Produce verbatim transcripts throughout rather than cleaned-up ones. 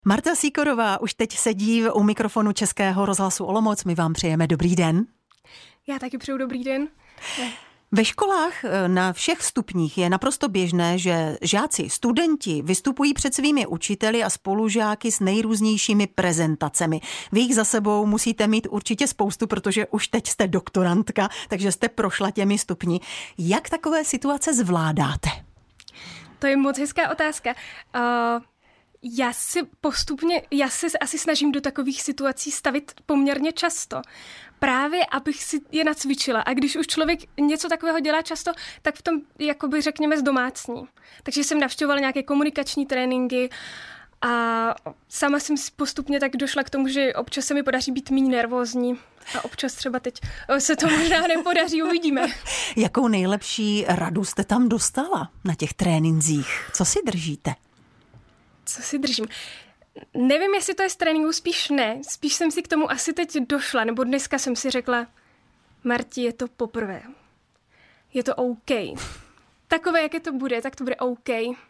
Marta Sýkorová už teď sedí u mikrofonu Českého rozhlasu Olomouc. My vám přejeme dobrý den. Já taky přeju dobrý den. Ve školách na všech stupních je naprosto běžné, že žáci, studenti vystupují před svými učiteli a spolužáky s nejrůznějšími prezentacemi. Vy jich za sebou musíte mít určitě spoustu, protože už teď jste doktorantka, takže jste prošla těmi stupni. Jak takové situace zvládáte? To je moc hezká otázka. Uh... Já si postupně, já se asi snažím do takových situací stavit poměrně často. Právě, abych si je nacvičila. A když už člověk něco takového dělá často, tak v tom, jakoby řekněme, zdomácní. Takže jsem navštěvovala nějaké komunikační tréninky a sama jsem postupně tak došla k tomu, že občas se mi podaří být méně nervózní. A občas třeba teď se to možná nepodaří, uvidíme. Jakou nejlepší radu jste tam dostala na těch trénincích? Co si držíte? Co si držím? Nevím, jestli to je z tréninku, spíš ne. Spíš jsem si k tomu asi teď došla, nebo dneska jsem si řekla, Marti, je to poprvé. Je to OK. Takové, jaké to bude, tak to bude OK.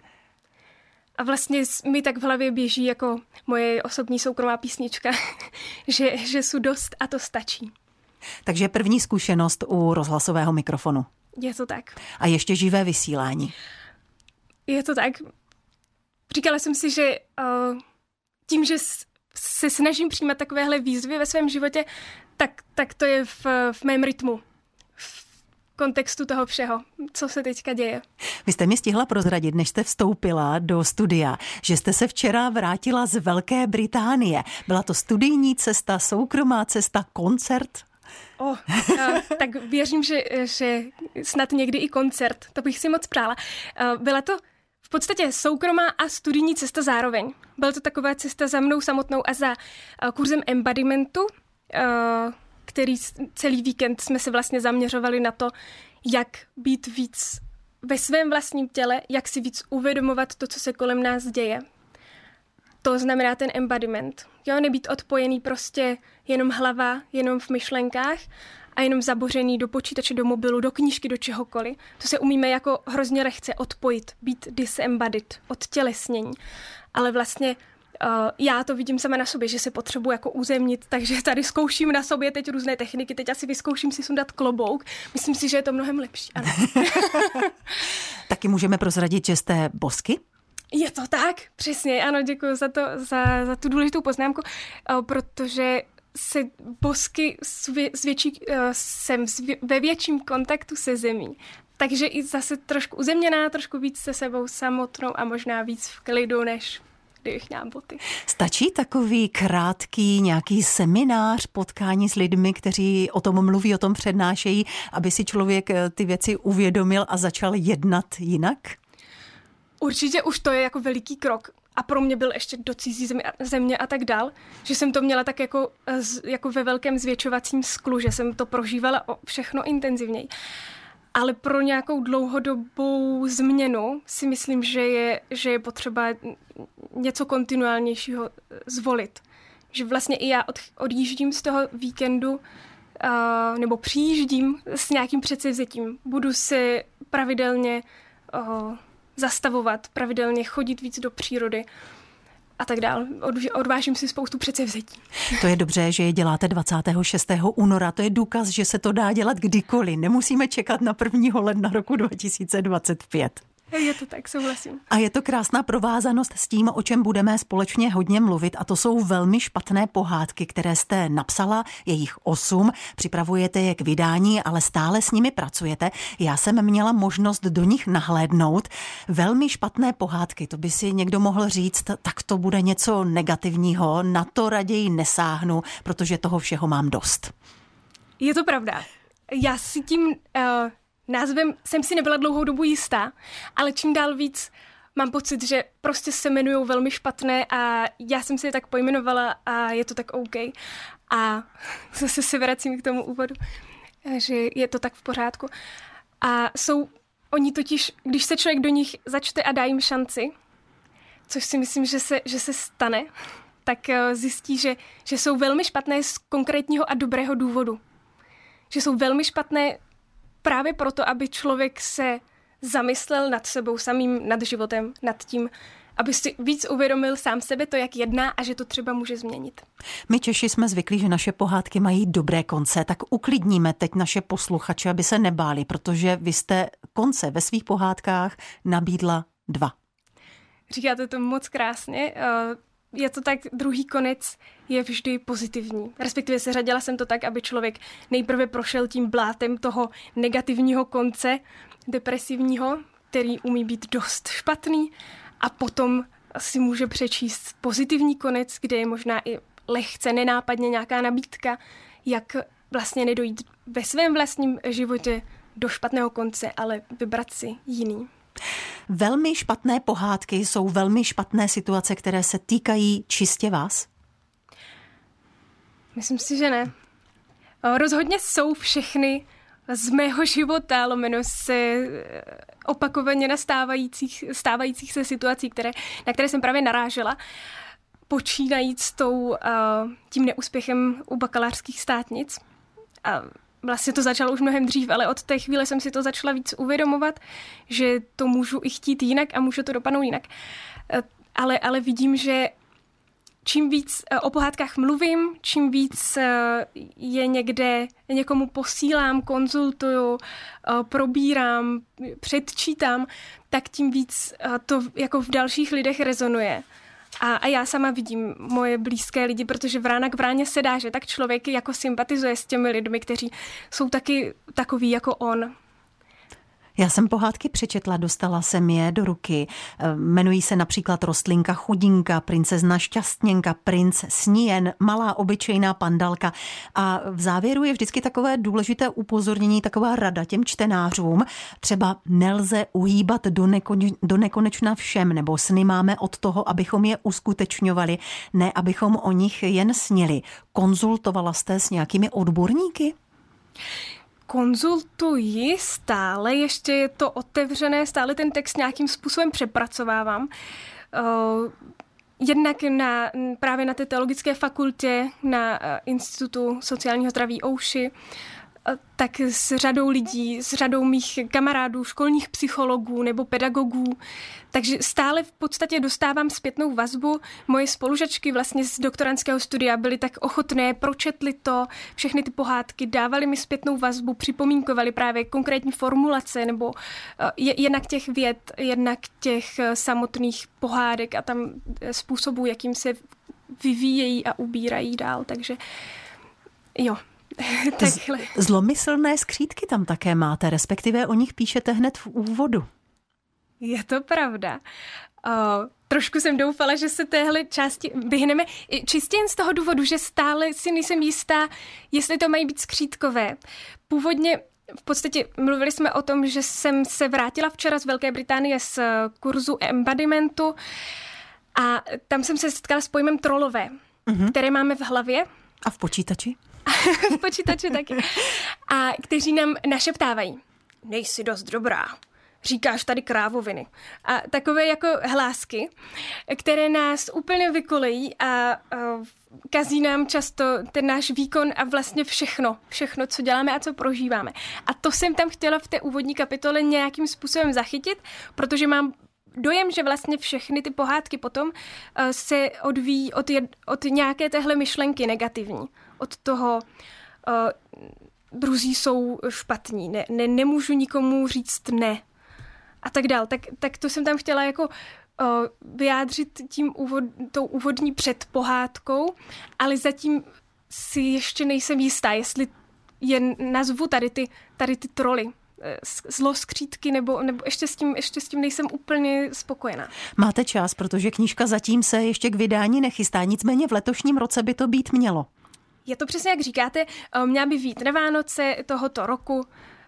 A vlastně mi tak v hlavě běží jako moje osobní soukromá písnička, že, že jsou dost a to stačí. Takže první zkušenost u rozhlasového mikrofonu. Je to tak. A ještě živé vysílání. Je to tak. Říkala jsem si, že uh, tím, že se snažím přijímat takovéhle výzvy ve svém životě, tak, tak to je v, v mém rytmu, v kontextu toho všeho, co se teďka děje. Vy jste mi stihla prozradit, než jste vstoupila do studia, že jste se včera vrátila z Velké Británie. Byla to studijní cesta, soukromá cesta, koncert? Oh, uh, tak věřím, že, že snad někdy i koncert, to bych si moc přála. Uh, byla to v podstatě soukromá a studijní cesta zároveň. Byla to taková cesta za mnou samotnou a za uh, kurzem embodimentu, uh, který celý víkend jsme se vlastně zaměřovali na to, jak být víc ve svém vlastním těle, jak si víc uvědomovat to, co se kolem nás děje. To znamená ten embodiment. Jo, nebýt odpojený prostě jenom hlava, jenom v myšlenkách a jenom zabořený do počítače, do mobilu, do knížky, do čehokoliv. To se umíme jako hrozně lehce odpojit, být disembodied, odtělesnění. Ale vlastně uh, já to vidím sama na sobě, že se potřebuji jako uzemnit, takže tady zkouším na sobě teď různé techniky, teď asi vyzkouším si sundat klobouk. Myslím si, že je to mnohem lepší. Ano. Taky můžeme prozradit, že jste bosky? Je to tak, přesně, ano, děkuji za, to, za, za tu důležitou poznámku, uh, protože se bosky zvětší, uh, jsem zvě, ve větším kontaktu se zemí. Takže i zase trošku uzemněná, trošku víc se sebou samotnou a možná víc v klidu, než kdybych měla boty. Stačí takový krátký nějaký seminář, potkání s lidmi, kteří o tom mluví, o tom přednášejí, aby si člověk ty věci uvědomil a začal jednat jinak? Určitě už to je jako veliký krok. A pro mě byl ještě do cizí země, země a tak dál, že jsem to měla tak jako, jako ve velkém zvětšovacím sklu, že jsem to prožívala všechno intenzivněji. Ale pro nějakou dlouhodobou změnu si myslím, že je, že je potřeba něco kontinuálnějšího zvolit. Že vlastně i já od, odjíždím z toho víkendu uh, nebo přijíždím s nějakým předsevzetím. Budu si pravidelně uh, zastavovat, pravidelně chodit víc do přírody a tak dál. Odvážím si spoustu předsevzetí. To je dobře, že je děláte dvacátého šestého února. To je důkaz, že se to dá dělat kdykoliv. Nemusíme čekat na prvního ledna roku dva tisíce dvacet pět. Je to tak, souhlasím. A je to krásná provázanost s tím, o čem budeme společně hodně mluvit, a to jsou velmi špatné pohádky, které jste napsala, je jich osm, připravujete je k vydání, ale stále s nimi pracujete. Já jsem měla možnost do nich nahlédnout. Velmi špatné pohádky, to by si někdo mohl říct, tak to bude něco negativního, na to raději nesáhnu, protože toho všeho mám dost. Je to pravda. Já si tím... Uh... Názvem jsem si nebyla dlouhou dobu jistá, ale čím dál víc mám pocit, že prostě se jmenujou velmi špatné a já jsem si je tak pojmenovala a je to tak OK. A zase se vracím k tomu úvodu, že je to tak v pořádku. A jsou oni totiž, když se člověk do nich začte a dá jim šanci, což si myslím, že se, že se stane, tak zjistí, že, že jsou velmi špatné z konkrétního a dobrého důvodu. Že jsou velmi špatné právě proto, aby člověk se zamyslel nad sebou samým, nad životem, nad tím, aby si víc uvědomil sám sebe to, jak jedná a že to třeba může změnit. My Češi jsme zvyklí, že naše pohádky mají dobré konce, tak uklidníme teď naše posluchače, aby se nebáli, protože vy jste konce ve svých pohádkách nabídla dva. Říkáte to moc krásně. Je to tak, druhý konec je vždy pozitivní. Respektive seřadila jsem to tak, aby člověk nejprve prošel tím blátem toho negativního konce, depresivního, který umí být dost špatný, a potom si může přečíst pozitivní konec, kde je možná i lehce nenápadně nějaká nabídka, jak vlastně nedojít ve svém vlastním životě do špatného konce, ale vybrat si jiný. Velmi špatné pohádky jsou velmi špatné situace, které se týkají čistě vás? Myslím si, že ne. Rozhodně jsou všechny z mého života, lomeno se opakovaně nastávajících stávajících se situací, které, na které jsem právě narážela, počínajíc s tou, tím neúspěchem u bakalářských státnic. A vlastně to začalo už mnohem dřív, ale od té chvíle jsem si to začala víc uvědomovat, že to můžu i chtít jinak a může to dopadnout jinak. Ale, ale vidím, že čím víc o pohádkách mluvím, čím víc je někde někomu posílám, konzultuju, probírám, předčítám, tak tím víc to jako v dalších lidech rezonuje. A, a já sama vidím moje blízké lidi, protože vrána k vráně se dá, že tak člověk jako sympatizuje s těmi lidmi, kteří jsou taky takový jako on. Já jsem pohádky přečetla, dostala jsem je do ruky. Jmenují se například Rostlinka chudinka, Princezna šťastněnka, Princ sníjen, Malá obyčejná pandalka. A v závěru je vždycky takové důležité upozornění, taková rada těm čtenářům. Třeba nelze uhýbat do, nekoneč, do nekonečna všem, nebo sny máme od toho, abychom je uskutečňovali, ne abychom o nich jen snili. Konzultovala jste s nějakými odborníky? Konzultuji stále, ještě je to otevřené, stále ten text nějakým způsobem přepracovávám. Uh, jednak na, právě na té teologické fakultě, na uh, Institutu sociálního zdraví Ouši, uh, tak s řadou lidí, s řadou mých kamarádů, školních psychologů nebo pedagogů. Takže stále v podstatě dostávám zpětnou vazbu. Moje spolužačky vlastně z doktorandského studia byly tak ochotné, pročetly to, všechny ty pohádky, dávali mi zpětnou vazbu, připomínkovali právě konkrétní formulace nebo uh, jednak těch vět, jednak těch uh, samotných pohádek a tam způsobů, jakým se vyvíjejí a ubírají dál. Takže jo. Takhle. Zlomyslné skřítky tam také máte, respektive o nich píšete hned v úvodu. Je to pravda. Uh, trošku jsem doufala, že se téhle části vyhneme. Čistě jen z toho důvodu, že stále si nejsem jistá, jestli to mají být skřítkové. Původně v podstatě mluvili jsme o tom, že jsem se vrátila včera z Velké Británie z kurzu embodimentu a tam jsem se setkala s pojmem trolové, uh-huh. které máme v hlavě. A v počítači? V počítači taky. A kteří nám našeptávají. Nejsi dost dobrá. Říkáš tady krávoviny. A takové jako hlásky, které nás úplně vykolejí a, a kazí nám často ten náš výkon a vlastně všechno, všechno, co děláme a co prožíváme. A to jsem tam chtěla v té úvodní kapitole nějakým způsobem zachytit, protože mám dojem, že vlastně všechny ty pohádky potom uh, se odvíjí od, jed, od nějaké téhle myšlenky negativní. Od toho uh, druzí jsou špatní, ne, ne, nemůžu nikomu říct ne. A tak dál. Tak, tak to jsem tam chtěla jako uh, vyjádřit tím úvod, tou úvodní předpohádkou, ale zatím si ještě nejsem jistá, jestli je nazvu tady ty, tady ty troly. Zloskřítky, nebo, nebo ještě, s tím, ještě s tím nejsem úplně spokojená. Máte čas, protože knížka zatím se ještě k vydání nechystá, nicméně v letošním roce by to být mělo. Je to přesně, jak říkáte, měla by být na Vánoce tohoto roku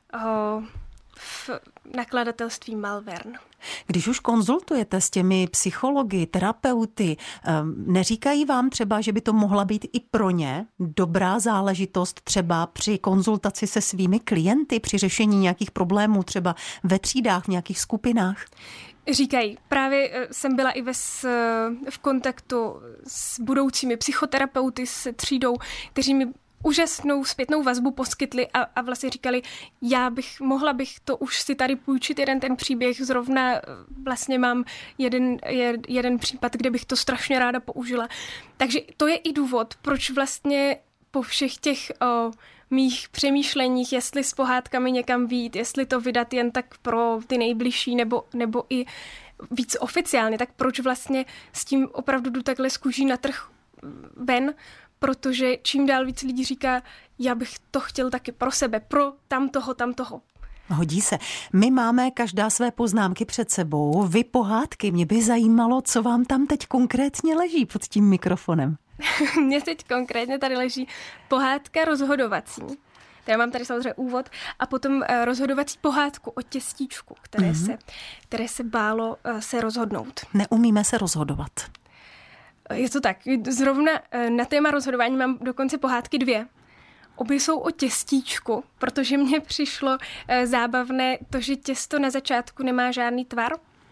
v nakladatelství Malvern. Když už konzultujete s těmi psychology, terapeuty, neříkají vám třeba, že by to mohla být i pro ně dobrá záležitost třeba při konzultaci se svými klienty, při řešení nějakých problémů třeba ve třídách, v nějakých skupinách? Říkají. Právě jsem byla i ve, v kontaktu s budoucími psychoterapeuty, s třídou, kteří mi úžasnou zpětnou vazbu poskytli a, a vlastně říkali, já bych, mohla bych to už si tady půjčit jeden ten příběh, zrovna vlastně mám jeden, jeden případ, kde bych to strašně ráda použila. Takže to je i důvod, proč vlastně po všech těch o, mých přemýšleních, jestli s pohádkami někam vyjít, jestli to vydat jen tak pro ty nejbližší nebo, nebo i víc oficiálně, tak proč vlastně s tím opravdu jdu takhle z kůží na trh ven, protože čím dál víc lidí říká, já bych to chtěl taky pro sebe, pro tamtoho, tamtoho. Hodí se. My máme každá své poznámky před sebou. Vy pohádky, mě by zajímalo, co vám tam teď konkrétně leží pod tím mikrofonem. Mně teď konkrétně tady leží pohádka rozhodovací. Já mám tady samozřejmě úvod a potom rozhodovací pohádku o těstíčku, které, mm-hmm. se, které se bálo se rozhodnout. Neumíme se rozhodovat. Je to tak. Zrovna na téma rozhodování mám dokonce pohádky dvě. Obě jsou o těstíčku, protože mně přišlo zábavné to, že těsto na začátku nemá žádný tvar.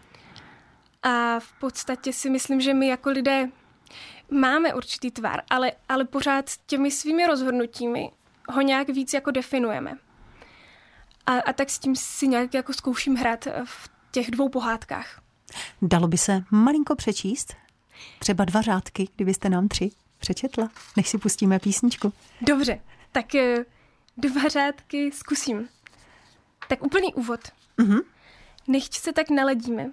A v podstatě si myslím, že my jako lidé máme určitý tvar, ale, ale pořád těmi svými rozhodnutími ho nějak víc jako definujeme. A, a tak s tím si nějak jako zkouším hrát v těch dvou pohádkách. Dalo by se malinko přečíst? Třeba dva řádky, kdybyste nám tři přečetla, než si pustíme písničku. Dobře, tak dva řádky zkusím. Tak úplný úvod. Mm-hmm. Nechť se tak naladíme.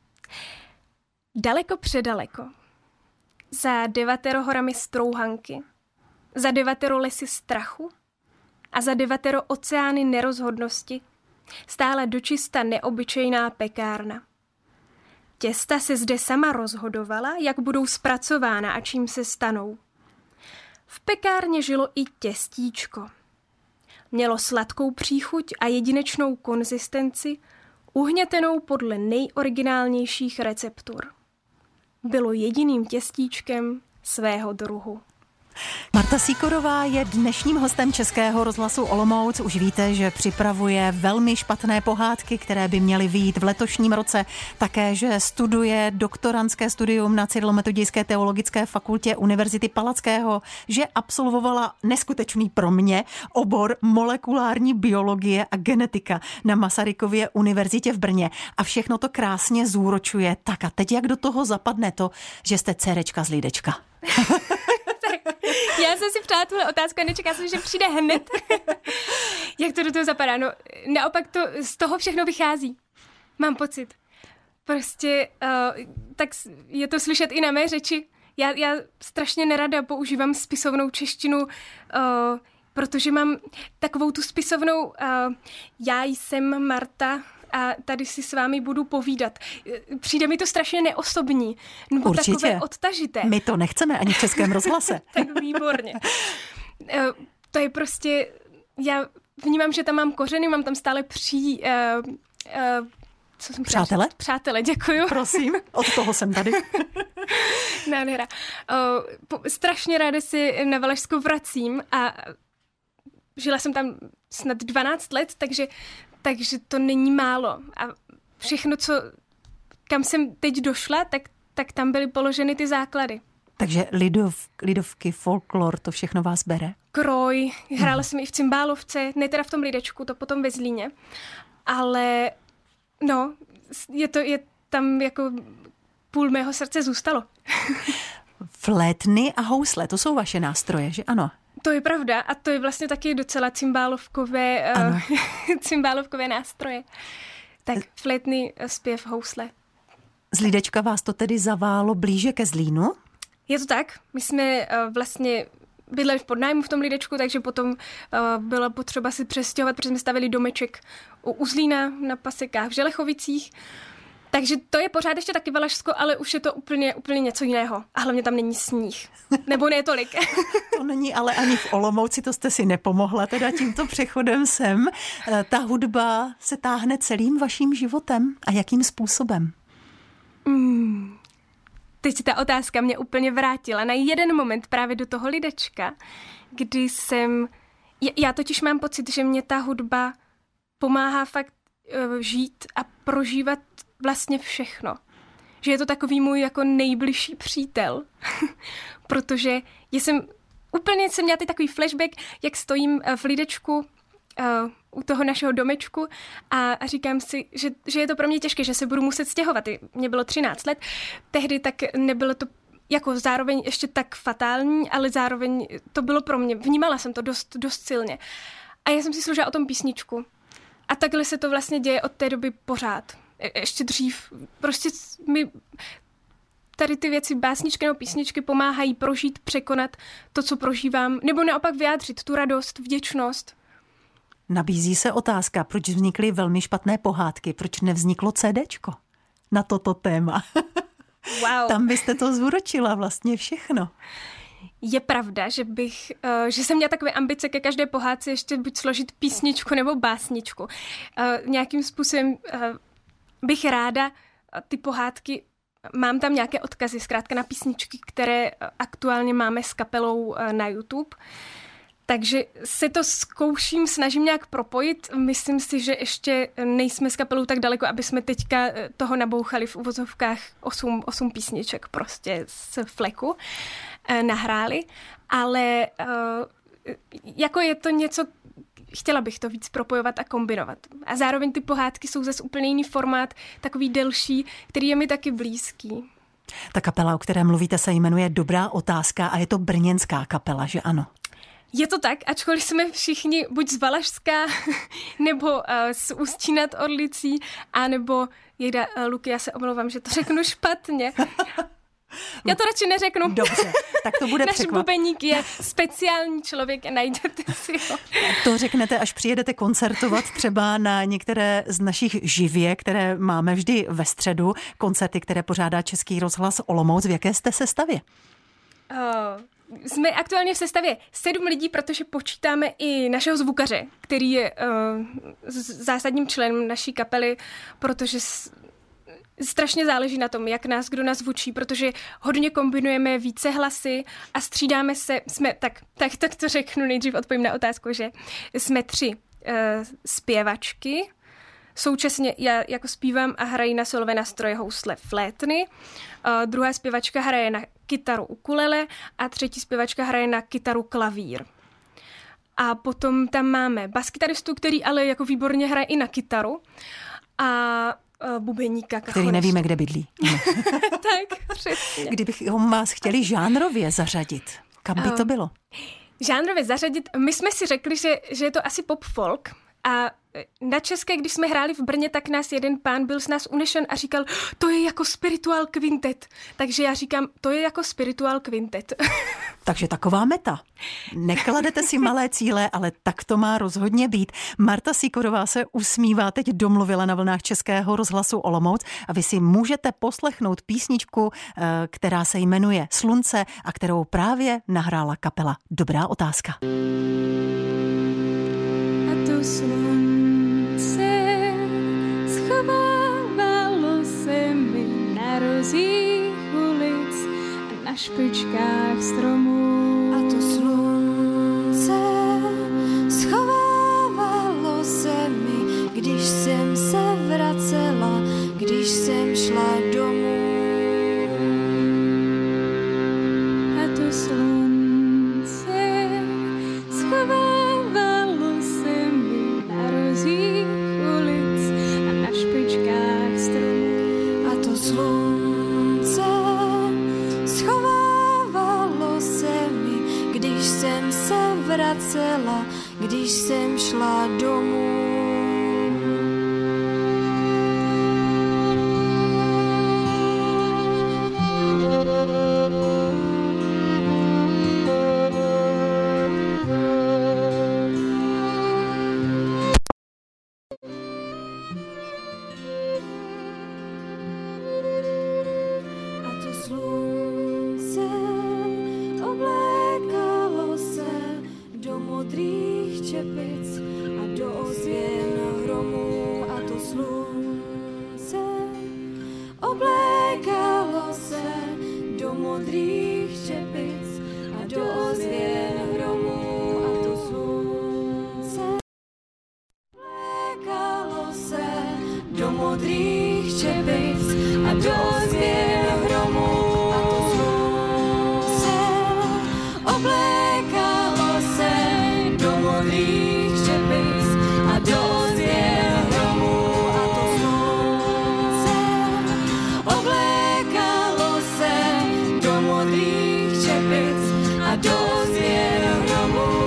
Daleko předaleko. Za devatero horami strouhanky. Za devatero lesy strachu. A za devatero oceány nerozhodnosti stála dočista neobyčejná pekárna. Těsta se zde sama rozhodovala, jak budou zpracována a čím se stanou. V pekárně žilo i těstíčko. Mělo sladkou příchuť a jedinečnou konzistenci, uhnětenou podle nejoriginálnějších receptur. Bylo jediným těstíčkem svého druhu. Marta Sýkorová je dnešním hostem Českého rozhlasu Olomouc. Už víte, že připravuje velmi špatné pohádky, které by měly vyjít v letošním roce. Také, že studuje doktorandské studium na Cyrilometodějské teologické fakultě Univerzity Palackého, že absolvovala neskutečný pro mě obor molekulární biologie a genetika na Masarykově univerzitě v Brně. A všechno to krásně zúročuje. Tak a teď jak do toho zapadne to, že jste dcerečka z Lídečka? Já jsem si přála tuhle otázku a nečekala jsem, že přijde hned. Jak to do toho zapadá? No, naopak to z toho všechno vychází. Mám pocit. Prostě uh, tak je to slyšet i na mé řeči. Já, já strašně nerada používám spisovnou češtinu, uh, protože mám takovou tu spisovnou uh, já jsem Marta a tady si s vámi budu povídat. Přijde mi to strašně neosobní. Nebo určitě. Takové odtažité. My to nechceme ani v Českém rozhlase. Tak výborně. To je prostě, já vnímám, že tam mám kořeny, mám tam stále pří... Uh, uh, co jsem Přátele? Přát, přátele, děkuju. Prosím, od toho jsem tady. Nádhera. Uh, strašně ráda si na Valašsku vracím a žila jsem tam snad dvanáct let, takže Takže to není málo. A všechno, co, kam jsem teď došla, tak, tak tam byly položeny ty základy. Takže lidov, lidovky, folklor, to všechno vás bere? Kroj, hrála jsem i v cymbálovce, ne teda v tom Lidečku, to potom ve Zlíně. Ale no, je to, je tam jako půl mého srdce zůstalo. Flétny a housle, to jsou vaše nástroje, že ano? To je pravda a to je vlastně taky docela cymbálovkové, uh, cymbálovkové nástroje. Tak flétny, zpěv, housle. Z Lídečka vás to tedy zaválo blíže ke Zlínu? Je to tak. My jsme uh, vlastně bydleli v podnájmu v tom Lídečku, takže potom uh, bylo potřeba si přestěhovat, protože jsme stavili domeček u, u Zlína na Pasekách v Želechovicích. Takže to je pořád ještě taky Valašsko, ale už je to úplně, úplně něco jiného. A hlavně tam není sníh. Nebo ne tolik. To není ale ani v Olomouci, to jste si nepomohla teda tímto přechodem sem. Ta hudba se táhne celým vaším životem. A jakým způsobem? Hmm. Teď ta otázka mě úplně vrátila na jeden moment právě do toho Lidečka, kdy jsem... Já totiž mám pocit, že mě ta hudba pomáhá fakt uh, žít a prožívat vlastně všechno. Že je to takový můj jako nejbližší přítel. Protože já jsem úplně jsem měla teď takový flashback, jak stojím v Lidečku uh, u toho našeho domečku a, a říkám si, že, že je to pro mě těžké, že se budu muset stěhovat. Mně bylo třináct let, tehdy tak nebylo to jako zároveň ještě tak fatální, ale zároveň to bylo pro mě, vnímala jsem to dost, dost silně. A já jsem si složila o tom písničku. A takhle se to vlastně děje od té doby pořád. Je, ještě dřív. Prostě mi tady ty věci, básničky nebo písničky pomáhají prožít, překonat to, co prožívám, nebo naopak vyjádřit tu radost, vděčnost. Nabízí se otázka, proč vznikly velmi špatné pohádky, proč nevzniklo CDčko na toto téma. Wow. Tam byste to zúročila vlastně všechno. Je pravda, že bych, uh, že jsem měla takové ambice ke každé pohádce ještě buď složit písničku nebo básničku. Uh, nějakým způsobem uh, bych ráda uh, ty pohádky, mám tam nějaké odkazy, zkrátka na písničky, které uh, aktuálně máme s kapelou uh, na YouTube. Takže se to zkouším, snažím nějak propojit. Myslím si, že ještě nejsme s kapelou tak daleko, aby jsme teďka toho nabouchali v uvozovkách osm, osm písniček prostě z fleku eh, nahráli. Ale eh, jako je to něco, chtěla bych to víc propojovat a kombinovat. A zároveň ty pohádky jsou zase úplně jiný formát, takový delší, který je mi taky blízký. Ta kapela, o které mluvíte, se jmenuje Dobrá otázka a je to brněnská kapela, že ano? Je to tak, ačkoliv jsme všichni buď z Valašska, nebo uh, z Ústí nad Orlicí, anebo Jejda, uh, Luky, já se omlouvám, že to řeknu špatně. Já to radši neřeknu. Dobře, tak to bude překvap. Náš bubeník je speciální člověk a najdete si ho. To řeknete, až přijedete koncertovat třeba na některé z našich živě, které máme vždy ve středu, koncerty, které pořádá Český rozhlas Olomouc. V jaké jste sestavě? Uh, jsme aktuálně v sestavě sedm lidí, protože počítáme i našeho zvukaře, který je uh, zásadním členem naší kapely, protože s, strašně záleží na tom, jak nás kdo nás zvučí, protože hodně kombinujeme více hlasy a střídáme se, jsme, tak, tak, tak to řeknu, nejdřív odpovím na otázku, že jsme tři uh, zpěvačky. Současně já jako zpívám a hraji na solové nástroje, housle, flétny. Uh, druhá zpěvačka hraje na kytaru ukulele a třetí zpěvačka hraje na kytaru klavír. A potom tam máme baskytaristu, který ale jako výborně hraje i na kytaru a uh, bubeníka. Který nevíme, kde bydlí. Tak, přesně. Kdybychom vás chtěli žánrově zařadit, kam by to bylo? Žánrově zařadit, my jsme si řekli, že, že je to asi pop folk a na české, když jsme hráli v Brně, tak nás jeden pán byl z nás unešen a říkal, to je jako spiritual kvintet. Takže já říkám, to je jako spiritual kvintet. Takže taková meta. Nekladete si malé cíle, ale tak to má rozhodně být. Marta Sýkorová se usmívá, teď domluvila na vlnách Českého rozhlasu Olomouc a vy si můžete poslechnout písničku, která se jmenuje Slunce a kterou právě nahrála kapela Dobrá otázka. A to slunce schovávalo se mi na rozích ulic a na špičkách stromů. A to slunce schovávalo se mi, když jsem se vracela, když jsem šla domů. A to slunce schovávalo se mi na rozích ulic a na špičkách stromů. A to slunce schovávalo se mi, když jsem se vracela, když jsem šla domů. Oblékalo a dozvěn hromu.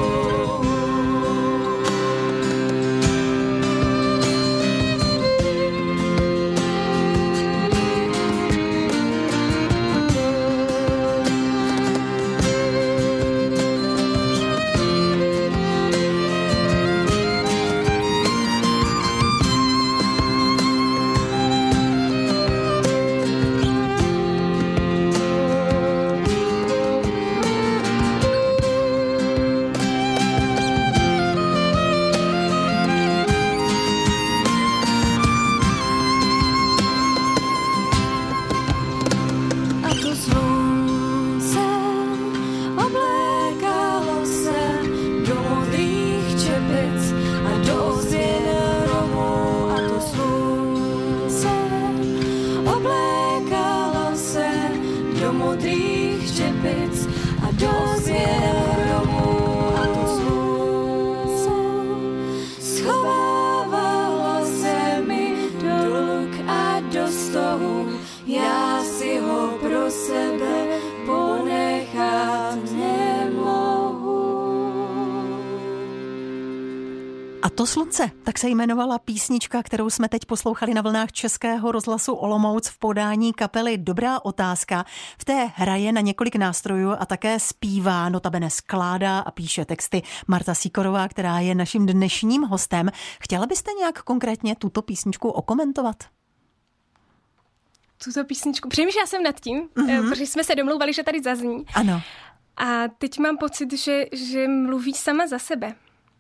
To slunce, tak se jmenovala písnička, kterou jsme teď poslouchali na vlnách Českého rozhlasu Olomouc v podání kapely Dobrá otázka. V té hraje na několik nástrojů a také zpívá, notabene skládá a píše texty Marta Sýkorová, která je naším dnešním hostem. Chtěla byste nějak konkrétně tuto písničku okomentovat? Tuto písničku? Přemýšlela jsem nad tím, mm-hmm. protože jsme se domlouvali, že tady zazní. Ano. A teď mám pocit, že, že mluví sama za sebe.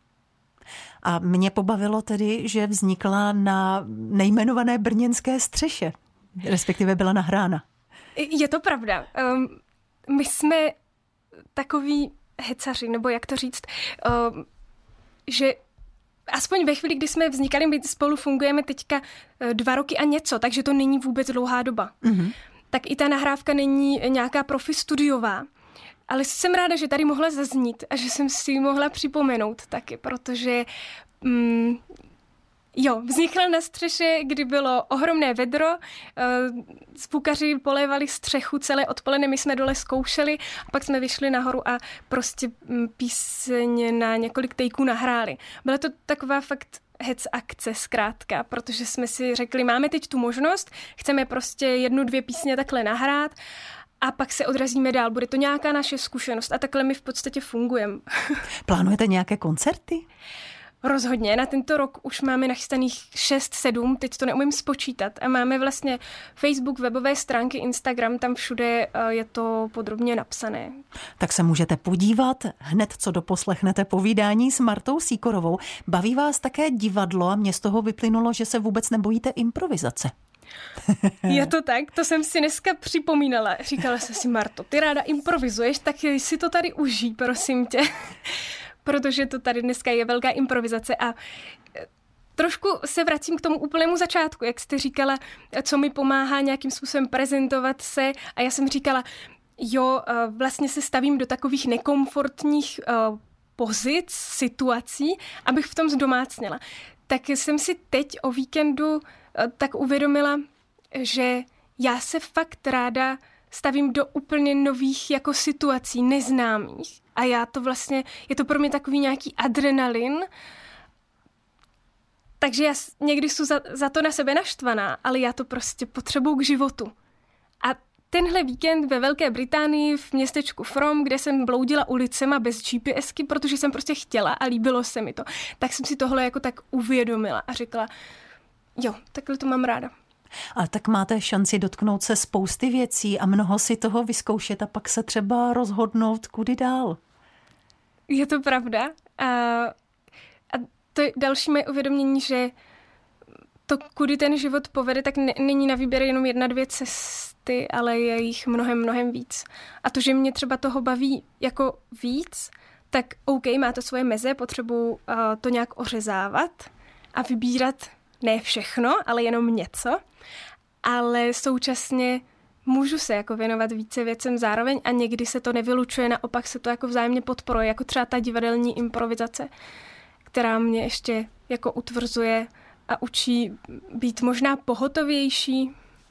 A mě pobavilo tedy, že vznikla na nejmenované brněnské střeše, respektive byla nahrána. Je to pravda. Um, my jsme takový hecaři, nebo jak to říct, um, že aspoň ve chvíli, kdy jsme vznikali, my spolu fungujeme teďka dva roky a něco, takže to není vůbec dlouhá doba. Mm-hmm. Tak i ta nahrávka není nějaká profi studiová. Ale jsem ráda, že tady mohla zaznít a že jsem si ji mohla připomenout taky, protože mm, jo, vznikla na střeše, kdy bylo ohromné vedro, zvukaři polévali střechu celé odpoledne, my jsme dole zkoušeli a pak jsme vyšli nahoru a prostě píseň na několik tejků nahráli. Byla to taková fakt hec akce zkrátka, protože jsme si řekli, máme teď tu možnost, chceme prostě jednu, dvě písně takhle nahrát a pak se odrazíme dál. Bude to nějaká naše zkušenost a takhle my v podstatě fungujeme. Plánujete nějaké koncerty? Rozhodně. Na tento rok už máme nachystaných šest sedm, teď to neumím spočítat. A máme vlastně Facebook, webové stránky, Instagram, tam všude je to podrobně napsané. Tak se můžete podívat hned, co doposlechnete povídání s Martou Sýkorovou. Baví vás také divadlo a mně z toho vyplynulo, že se vůbec nebojíte improvizace. Je to tak, to jsem si dneska připomínala. Říkala jsem si, Marto, ty ráda improvizuješ, tak si to tady užij, prosím tě. Protože to tady dneska je velká improvizace a trošku se vracím k tomu úplnému začátku, jak jste říkala, co mi pomáhá nějakým způsobem prezentovat se a já jsem říkala, jo, vlastně se stavím do takových nekomfortních pozic, situací, abych v tom zdomácněla. Tak jsem si teď o víkendu tak uvědomila, že já se fakt ráda stavím do úplně nových jako situací, neznámých. A já to vlastně, je to pro mě takový nějaký adrenalin, takže já někdy jsem za, za to na sebe naštvaná, ale já to prostě potřebuju k životu. A tenhle víkend ve Velké Británii v městečku From, kde jsem bloudila ulicema bez GPSky, protože jsem prostě chtěla a líbilo se mi to, tak jsem si tohle jako tak uvědomila a řekla, jo, takhle to mám ráda. Ale tak máte šanci dotknout se spousty věcí a mnoho si toho vyzkoušet a pak se třeba rozhodnout, kudy dál. Je to pravda. A, a to je další moje uvědomění, že to, kudy ten život povede, tak ne, není na výběr jenom jedna, dvě cesty, ale je jich mnohem, mnohem víc. A to, že mě třeba toho baví jako víc, tak OK, má to svoje meze, potřebuji uh, to nějak ořezávat a vybírat ne všechno, ale jenom něco. Ale současně můžu se jako věnovat více věcem zároveň a někdy se to nevylučuje, naopak se to jako vzájemně podporuje, jako třeba ta divadelní improvizace, která mě ještě jako utvrzuje a učí být možná pohotovější,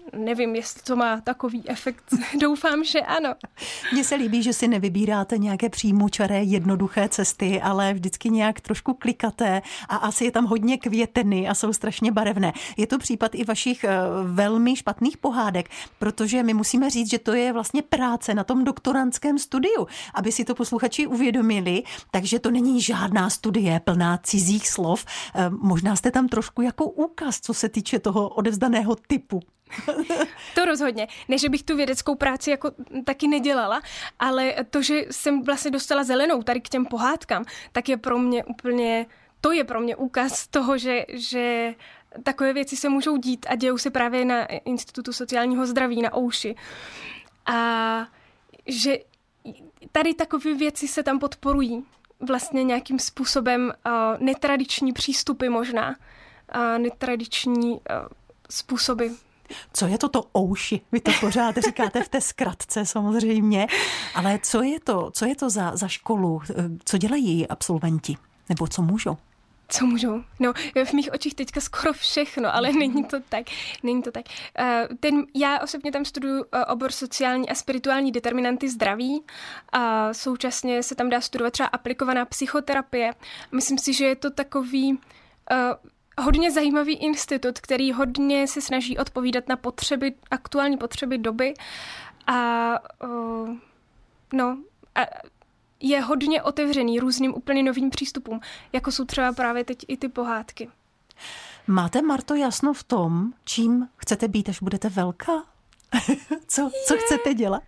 nevím, jestli to má takový efekt. Doufám, že ano. Mně se líbí, že si nevybíráte nějaké přímočaré, jednoduché cesty, ale vždycky nějak trošku klikaté a asi je tam hodně květeny a jsou strašně barevné. Je to případ i vašich velmi špatných pohádek, protože my musíme říct, že to je vlastně práce na tom doktorandském studiu, aby si to posluchači uvědomili, takže to není žádná studie plná cizích slov. Možná jste tam trošku jako úkaz, co se týče toho odevzdaného typu. To rozhodně. Ne, že bych tu vědeckou práci jako taky nedělala, ale to, že jsem vlastně dostala zelenou tady k těm pohádkám, tak je pro mě úplně, to je pro mě úkaz toho, že, že takové věci se můžou dít a dějou se právě na Institutu sociálního zdraví, na Ouši. A že tady takové věci se tam podporují vlastně nějakým způsobem uh, netradiční přístupy možná, uh, netradiční uh, způsoby. Co je to to Ouši? Vy to pořád říkáte v té zkratce samozřejmě, ale co je to, co je to za, za školu? Co dělají její absolventi? Nebo co můžou? Co můžou? No, v mých očích teďka skoro všechno, ale není to tak. Není to tak. Ten, já osobně tam studuju obor sociální a spirituální determinanty zdraví a současně se tam dá studovat třeba aplikovaná psychoterapie. Myslím si, že je to takový uh, hodně zajímavý institut, který hodně se snaží odpovídat na potřeby, aktuální potřeby doby a uh, no a je hodně otevřený různým úplně novým přístupům, jako jsou třeba právě teď i ty pohádky. Máte, Marto, jasno v tom, čím chcete být, až budete velká? co, co chcete dělat?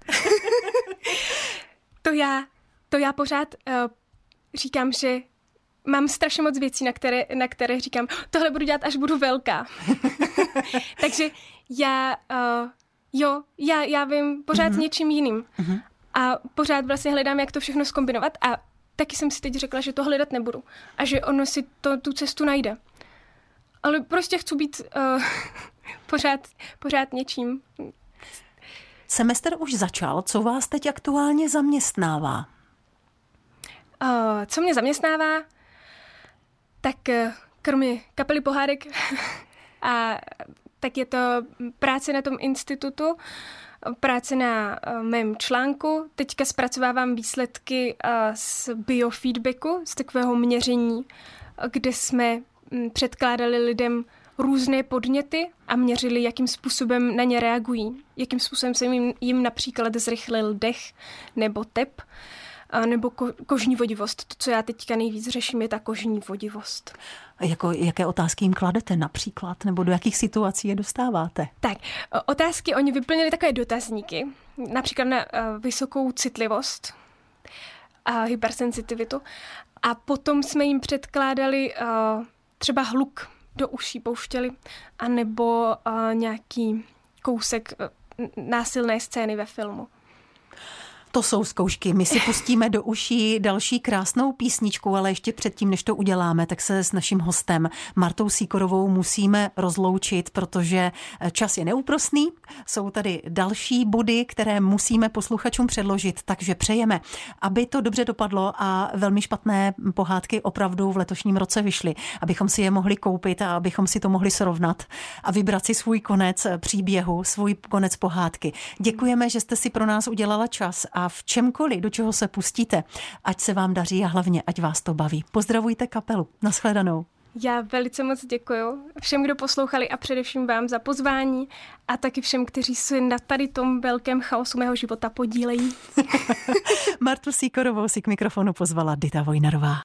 to, já, to já pořád uh, říkám, že mám strašně moc věcí, na které, na které říkám, tohle budu dělat, až budu velká. Takže já, uh, jo, já, já vím pořád mm-hmm. něčím jiným. Mm-hmm. A pořád vlastně hledám, jak to všechno zkombinovat a taky jsem si teď řekla, že to hledat nebudu a že ono si to, tu cestu najde. Ale prostě chci být uh, pořád, pořád něčím. Semestr už začal. Co vás teď aktuálně zaměstnává? Uh, co mě zaměstnává? Tak uh, kromě kapely pohádek a tak je to práce na tom institutu, práce na uh, mém článku. Teďka zpracovávám výsledky uh, z biofeedbacku, z takového měření, kde jsme um, předkládali lidem různé podněty a měřili, jakým způsobem na ně reagují. Jakým způsobem se jim, jim například zrychlil dech nebo tep, a nebo ko, kožní vodivost. To, co já teďka nejvíc řeším, je ta kožní vodivost. Jako, jaké otázky jim kladete například? Nebo do jakých situací je dostáváte? Tak, otázky, oni vyplnili takové dotazníky, například na uh, vysokou citlivost a hypersenzitivitu. A potom jsme jim předkládali uh, třeba hluk do uší pouštěli, anebo uh, nějaký kousek uh, násilné scény ve filmu. To jsou zkoušky. My si pustíme do uší další krásnou písničku, ale ještě předtím, než to uděláme, tak se s naším hostem Martou Sýkorovou musíme rozloučit, protože čas je neúprosný. Jsou tady další body, které musíme posluchačům předložit, takže přejeme, aby to dobře dopadlo a velmi špatné pohádky opravdu v letošním roce vyšly, abychom si je mohli koupit a abychom si to mohli srovnat a vybrat si svůj konec příběhu, svůj konec pohádky. Děkujeme, že jste si pro nás udělala čas a v čemkoliv, do čeho se pustíte, ať se vám daří a hlavně, ať vás to baví. Pozdravujte kapelu. Nashledanou. Já velice moc děkuju všem, kdo poslouchali a především vám za pozvání a taky všem, kteří se na tady tom velkém chaosu mého života podílejí. Martu Sýkorovou si k mikrofonu pozvala Dita Vojnarová.